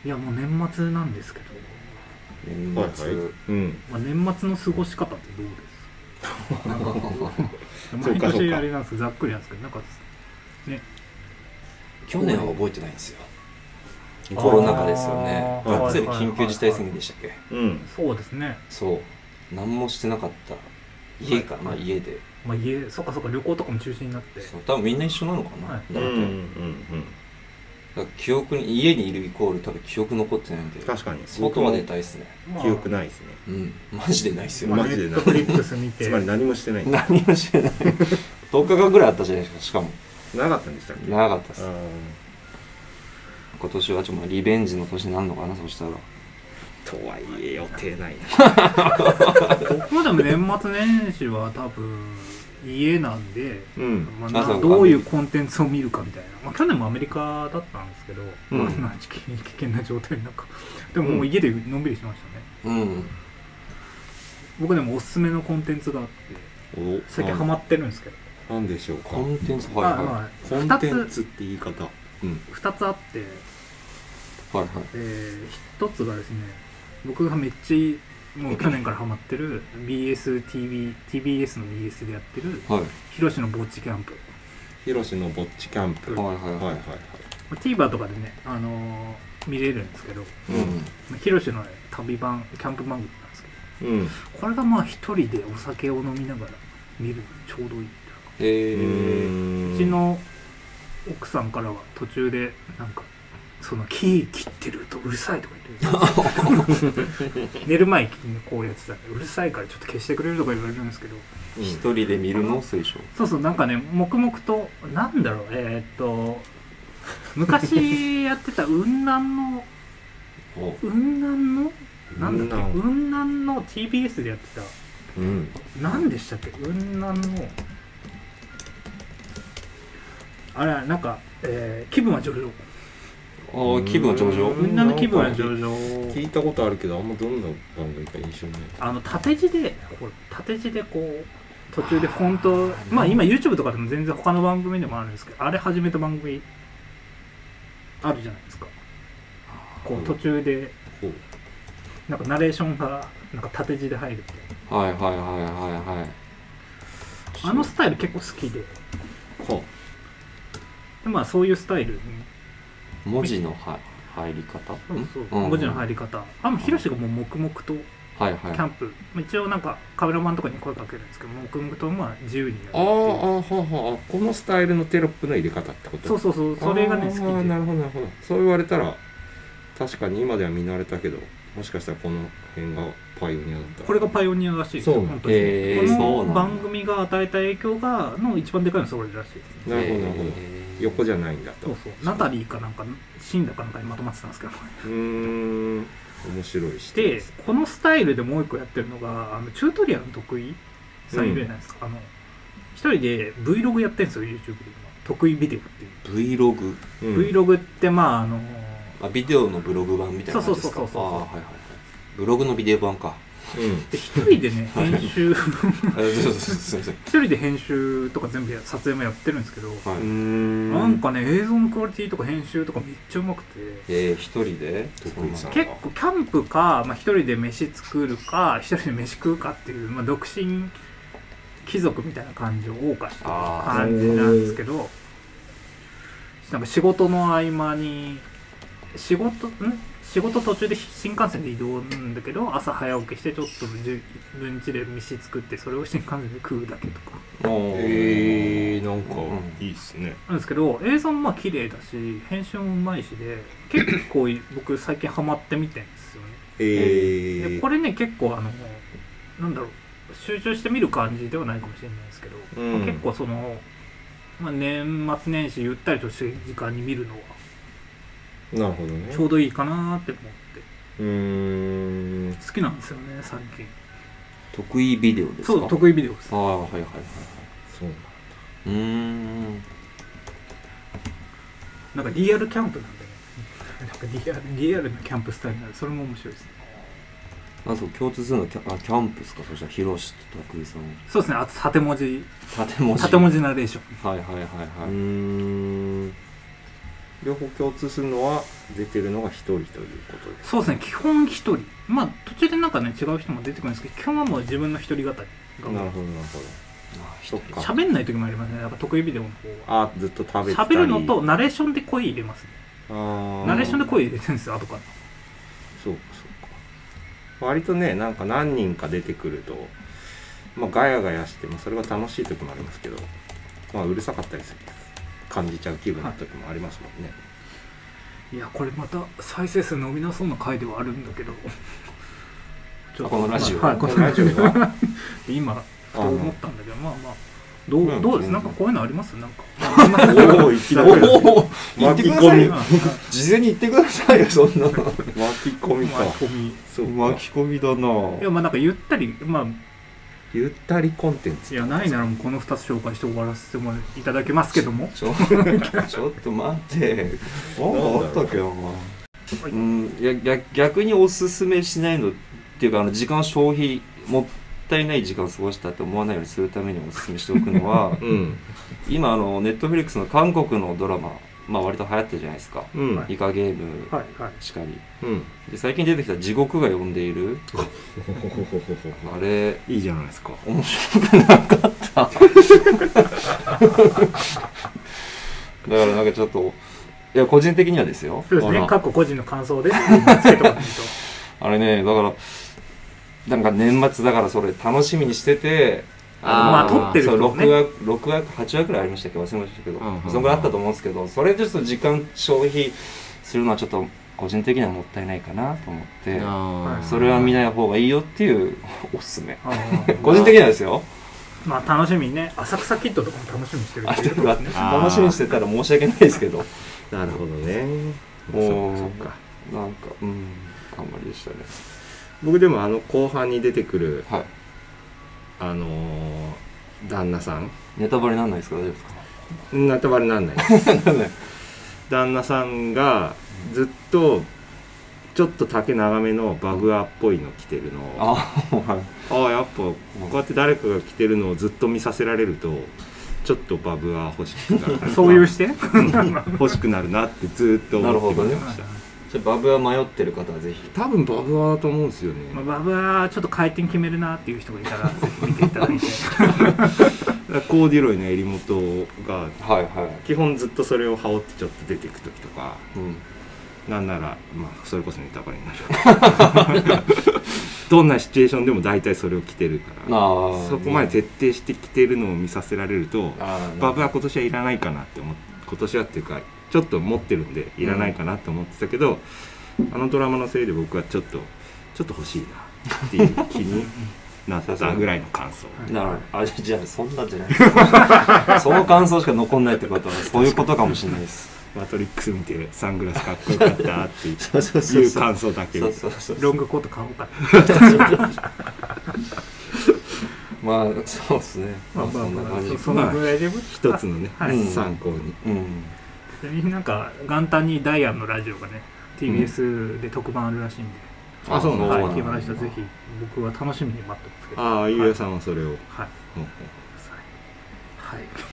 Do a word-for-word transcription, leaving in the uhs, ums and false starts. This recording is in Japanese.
いやもう年末なんですけど、 年末、 はいはい、うん、 まあ、年末の過ごし方ってどうですなんか毎年あれなんですけどざっくりなんですけどなんかね去年は覚えてないんですよ。コロナ禍ですよね。がっつり緊急事態宣言でしたっけ。 うん、そうですね。 そう何もしてなかった家かな、はい、家で、 まあ、家そっかそっか旅行とかも中止になって、 そう多分みんな一緒なのかな、はい、だから、うんうんうん、だから記憶に家にいるイコール多分記憶残ってないんで、 確かに外は出たいっすね。 記憶ないっすね。 うん、マジでないっすよ。 マジでない。 ネットフリックス見てつまり何もしてない。 何もしてない。とおかかんぐらいあったじゃないですか。しかも長かったんでしたっけ。 長かったっす。今年はちょっとリベンジの年になるのかな、そしたら。 とはいえ予定ないな。僕もでも年末年始は多分家なんで、うんまあ、どういうコンテンツを見るかみたいな、まあ、去年もアメリカだったんですけど、うん、まあ、危険な状態の中でももう家でのんびりしましたね、うん、僕でもおすすめのコンテンツがあって最近ハマってるんですけど、 何でしょうか。 コンテンツ、はいはい、あ、まあ、コンテンツって言い方、 うん、ふたつあって、 はいはい、 えー、ひとつがですね、僕がめっちゃもう去年からハマってる ビーエスティービー ティービーエス の ビーエス でやってる、はい、ヒロシのぼっちキャンプ。 ヒロシのぼっちキャンプ、うん、はいはいはいはい、 TVer とかでね、あのー、見れるんですけど、うん、ヒロシの旅番キャンプ番組なんですけど、うん、これがまあ一人でお酒を飲みながら見るのにちょうどいい。 へー。 うちの奥さんからは途中でなんかその木切ってるとうるさいとか言って寝る前にこうやってたらうるさいからちょっと消してくれるとか言われるんですけど、 一人で見るの推奨。 そうそう、なんかね黙々となんだろう、えー、っと昔やってた雲南の雲南のなんだっけ雲南の ティービーエス でやってた、うん、何でしたっけ雲南のあれなんか、えー、気分は上々。 ああ、気分は上々。 みんなの気分は上々。 聞いたことあるけど、あんまどんな番組か印象ない。 あの縦字で、こう縦字でこう途中でフォント、まあ今 YouTube とかでも全然他の番組でもあるんですけど、あれ始めた番組あるじゃないですか。こう途中でなんかナレーションがなんか縦字で入るみたいな。 はいはいはいはいはい。 あのスタイル結構好きで。はあ。でまあそういうスタイルに。 文字の入り方、 そうそう、うん、文字の入り方、あもうヒロシがもう黙々とキャンプ、はいはい、一応なんかカメラマンとかに声かけるんですけど黙々とまあ自由にやるっていう。ああ、 ははこのスタイルのテロップの入れ方ってこと。 そうそうそう、それがね好きで。 なるほどなるほど。そう言われたら確かに今では見慣れたけど、もしかしたらこの辺がパイオニアだった。 これがパイオニアらしいですよ。本当に、えー、この番組が与えた影響がの一番でかいのはそれらしいです、 ね。なるほどなるほど。横じゃないんだと。 そうそう。ナタリーかなんかシンダかなんかにまとまってたんですけど。 うーん。面白いし。 で、このスタイルでもう一個やってるのが、あのチュートリアルの得意さんいるじゃないですか。うん、あの一人で Vlog やってるんですよ YouTube で今。得意ビデオっていう。 Vlog。 うん、Vlog ってまああのあビデオのブログ版みたいな感じですか。そうそうそうそう。あはいはいはい。ブログのビデオ版か。 うん、で一人でね編集一人で編集とか全部や撮影もやってるんですけど、はい、なんかね映像のクオリティとか編集とかめっちゃうまくて、 えー、一人で結構キャンプか、まあ、一人で飯作るか一人で飯食うかっていう、まあ、独身貴族みたいな感じを謳歌した感じなんですけど、なんか仕事の合間に仕事ん仕事途中で新幹線で移動なんだけど朝早起きしてちょっと自分家で飯作ってそれを新幹線で食うだけとか。 へえー、なんかいいっすね。 なんですけど映像もまあ綺麗だし編集もうまいしで結構僕最近ハマってみてんですよね。えー、でこれね結構あのなんだろう集中して見る感じではないかもしれないですけど、うんまあ、結構その、まあ、年末年始ゆったりとした時間に見るのはなるほどね。 ちょうどいいかなって思って。 うーん。 好きなんですよね最近。 得意ビデオですか。 そう得意ビデオです。 ああはいはいはいはい。 そうなんだ。 うーん。 なんかリアルキャンプなんでね。なんかリアルリアルなキャンプスタイルなんでそれも面白いですね。 まず共通するのはキャあキャンプですか。そしたらヒロシと徳井さん。 そうですね。あと縦文字。 縦文字。 縦文字ナレーション。 はいはいはいはい。うーん。 両方共通するのは出てるのが一人ということです。 そうですね、基本一人。まあ途中でなんかね違う人も出てくるんですけど、基本はもう自分の一人語りが。 なるほどなるほど。そっか。 喋んない時もありますね。やっぱ得意ビデオの方は。 あ、ずっと食べてたり。 喋るのとナレーションで声入れますね。 あナレーションで声入れてるんですよ、後から。 そうかそうか。割とね、なんか何人か出てくると、まあガヤガヤしてもそれが楽しい時もありますけど、まあうるさかったりする感じちゃう気分の時もありますもんね。はい、 いやこれまた再生数伸びなそうな回ではあるんだけど。 ちょっとこのラジオ、 はい、このラジオが今ふと思ったんだけど、まあまあどう、うん、どうです、なんかこういうのあります？なんかおおいきなり巻き込み事前に言ってくださいよ、そんな巻き込みか。 巻き込みそう巻き込みだな。 いやまあなんかゆったり、まあゆったりコンテンツ。 いやないならもうこのふたつ紹介して終わらせてもいただけますけども。 ちょちょっと待ってなんかあったっけな。うん、いや逆におすすめしないのっていうか、あの時間消費もったいない時間を過ごしたって思わないようにするためにおすすめしておくのは、うん、今あのネットフリックスの韓国のドラマ、まあ割と流行ってるじゃないですか、うん、イカゲームしかり、はいはい、で最近出てきた地獄が呼んでいるあれいいじゃないですか。 面白くなかっただからなんかちょっといや個人的にはですよ。 そうですね、各個人の感想であれね、だからなんか年末だからそれ楽しみにしてて、 あまあ撮ってる人もね、 ろくわくろくわくはちわくらいありましたっけ、忘れましたけど、うんうん、そのぐらいあったと思うんですけど、それでちょっと時間消費するのはちょっと個人的にはもったいないかなと思って、それは見ない方がいいよっていうおすすめ個人的にはですよ。 まあ楽しみにね、浅草キッドとかも楽しみにしてるっていうことですね。 楽しみにしてたら申し訳ないですけどなるほどね。 もうそっか、なんかうんあんまりでしたね。 僕でもあの後半に出てくる、 はい、 あのー、旦那さん、 ネタバレなんないですか？大丈夫ですか？ ネタバレなんない旦那さんがずっとちょっと丈長めのバグアっぽいの着てるのを、ああやっぱこうやって誰かが着てるのをずっと見させられるとちょっとバグア欲しくなるそういう視点欲しくなるなってずっと思ってました。 バブは迷ってる方はぜひ。 多分バブはと思うんですよね、 まあ、バブはちょっと回転決めるなっていう人がいたらぜひ見ていただいてコーディロイの襟元が、 はいはい、 基本ずっとそれを羽織ってちょっと出ていく時とか、うん、なんなら、まあ、それこそネタバレになるどんなシチュエーションでも大体それを着てるから、そこまで徹底して着てるのを見させられると、バブは今年はいらないかなって思って、今年はっていうかちょっと持ってるんでいらないかなって思ってたけど、うん、あのドラマのせいで僕はちょっとちょっと欲しいなっていう気になったぐらいの感想なるほど。あ、じゃあそんなんじゃないですかその感想しか残んないってことはそういうことかもしれないです。 マトリックス見てサングラスかっこよかったっていう感想だけ。 ロングコート買おうかまあそうですね。 まあまあそんな感じ。そのぐらいで一つのね、はい、参考に。 ちなみになんか元旦にダイアンのラジオがね ティービーエス で特番あるらしいんで、 うん、あそうなんはい、聞いてもらう人はぜひ僕は楽しみに待ってますけど。 ああ、ゆうやさんはそれを。はい。 はい。